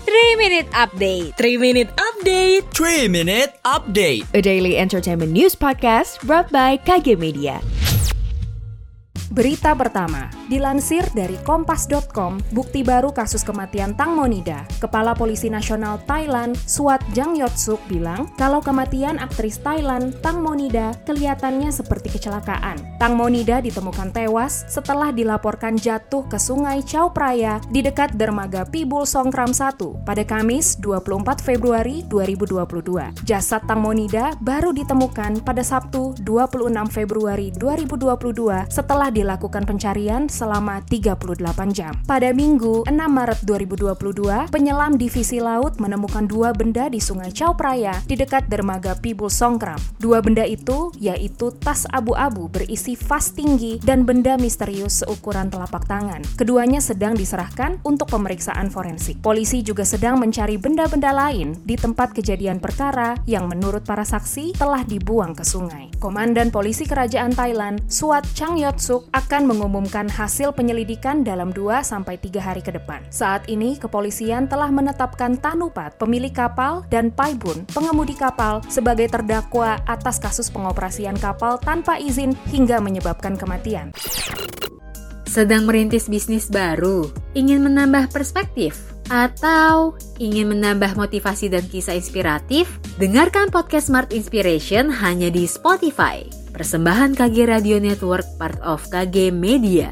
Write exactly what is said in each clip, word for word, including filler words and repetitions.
three minute update. three minute update. three minute update. A daily entertainment news podcast brought by K G Media. Berita pertama, dilansir dari kompas dot com, bukti baru kasus kematian Tang Monida. Kepala Polisi Nasional Thailand, Suat Jangyotsuk bilang kalau kematian aktris Thailand Tang Monida kelihatannya seperti kecelakaan. Tang Monida ditemukan tewas setelah dilaporkan jatuh ke sungai Chao Phraya di dekat dermaga Pibul Songkram satu pada Kamis dua puluh empat Februari dua ribu dua puluh dua. Jasad Tang Monida baru ditemukan pada Sabtu dua puluh enam Februari dua ribu dua puluh dua setelah dilakukan pencarian selama tiga puluh delapan jam. Pada Minggu enam Maret dua ribu dua puluh dua, penyelam divisi laut menemukan dua benda di sungai Chao Phraya di dekat dermaga Pibul Songkram. Dua benda itu yaitu tas abu-abu berisi vas tinggi dan benda misterius seukuran telapak tangan. Keduanya sedang diserahkan untuk pemeriksaan forensik. Polisi juga sedang mencari benda-benda lain di tempat kejadian perkara yang menurut para saksi telah dibuang ke sungai. Komandan Polisi Kerajaan Thailand, Suat Jangyotsuk, akan mengumumkan hasil penyelidikan dalam dua sampai tiga hari ke depan. Saat ini, kepolisian telah menetapkan Tanupat, pemilik kapal, dan Paibun, pengemudi kapal, sebagai terdakwa atas kasus pengoperasian kapal tanpa izin hingga menyebabkan kematian. Sedang merintis bisnis baru, ingin menambah perspektif, atau ingin menambah motivasi dan kisah inspiratif? Dengarkan podcast Smart Inspiration hanya di Spotify. Persembahan K G Radio Network, part of K G Media.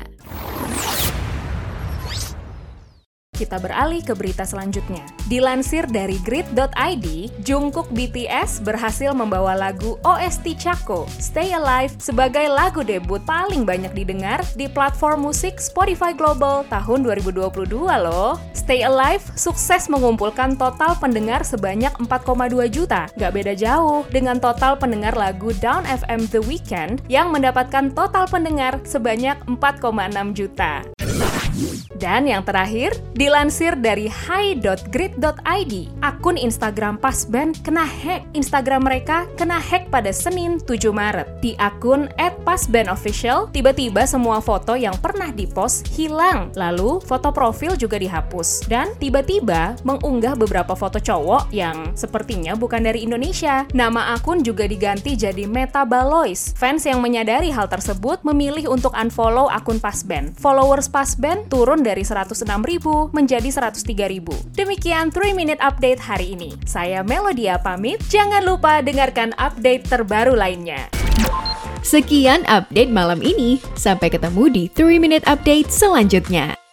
Kita beralih ke berita selanjutnya. Dilansir dari grid dot i d, Jungkook B T S berhasil membawa lagu O S T Chako, Stay Alive sebagai lagu debut paling banyak didengar di platform musik Spotify Global tahun dua ribu dua puluh dua loh. Stay Alive sukses mengumpulkan total pendengar sebanyak empat koma dua juta. Gak beda jauh dengan total pendengar lagu Down F M The Weeknd yang mendapatkan total pendengar sebanyak empat koma enam juta. Dan yang terakhir, dilansir dari hi dot grid dot i d, akun Instagram Pasben kena hack. Instagram mereka kena hack pada Senin tujuh Maret. Di akun et pasbenofficial, tiba-tiba semua foto yang pernah dipost hilang. Lalu, foto profil juga dihapus. Dan tiba-tiba mengunggah beberapa foto cowok yang sepertinya bukan dari Indonesia. Nama akun juga diganti jadi Meta Balois. Fans yang menyadari hal tersebut memilih untuk unfollow akun Pasben. Followers Pasben turun dari seratus enam ribu menjadi seratus tiga ribu. Demikian three minute update hari ini. Saya Melodia pamit. Jangan lupa dengarkan update terbaru lainnya. Sekian update malam ini. Sampai ketemu di three minute update selanjutnya.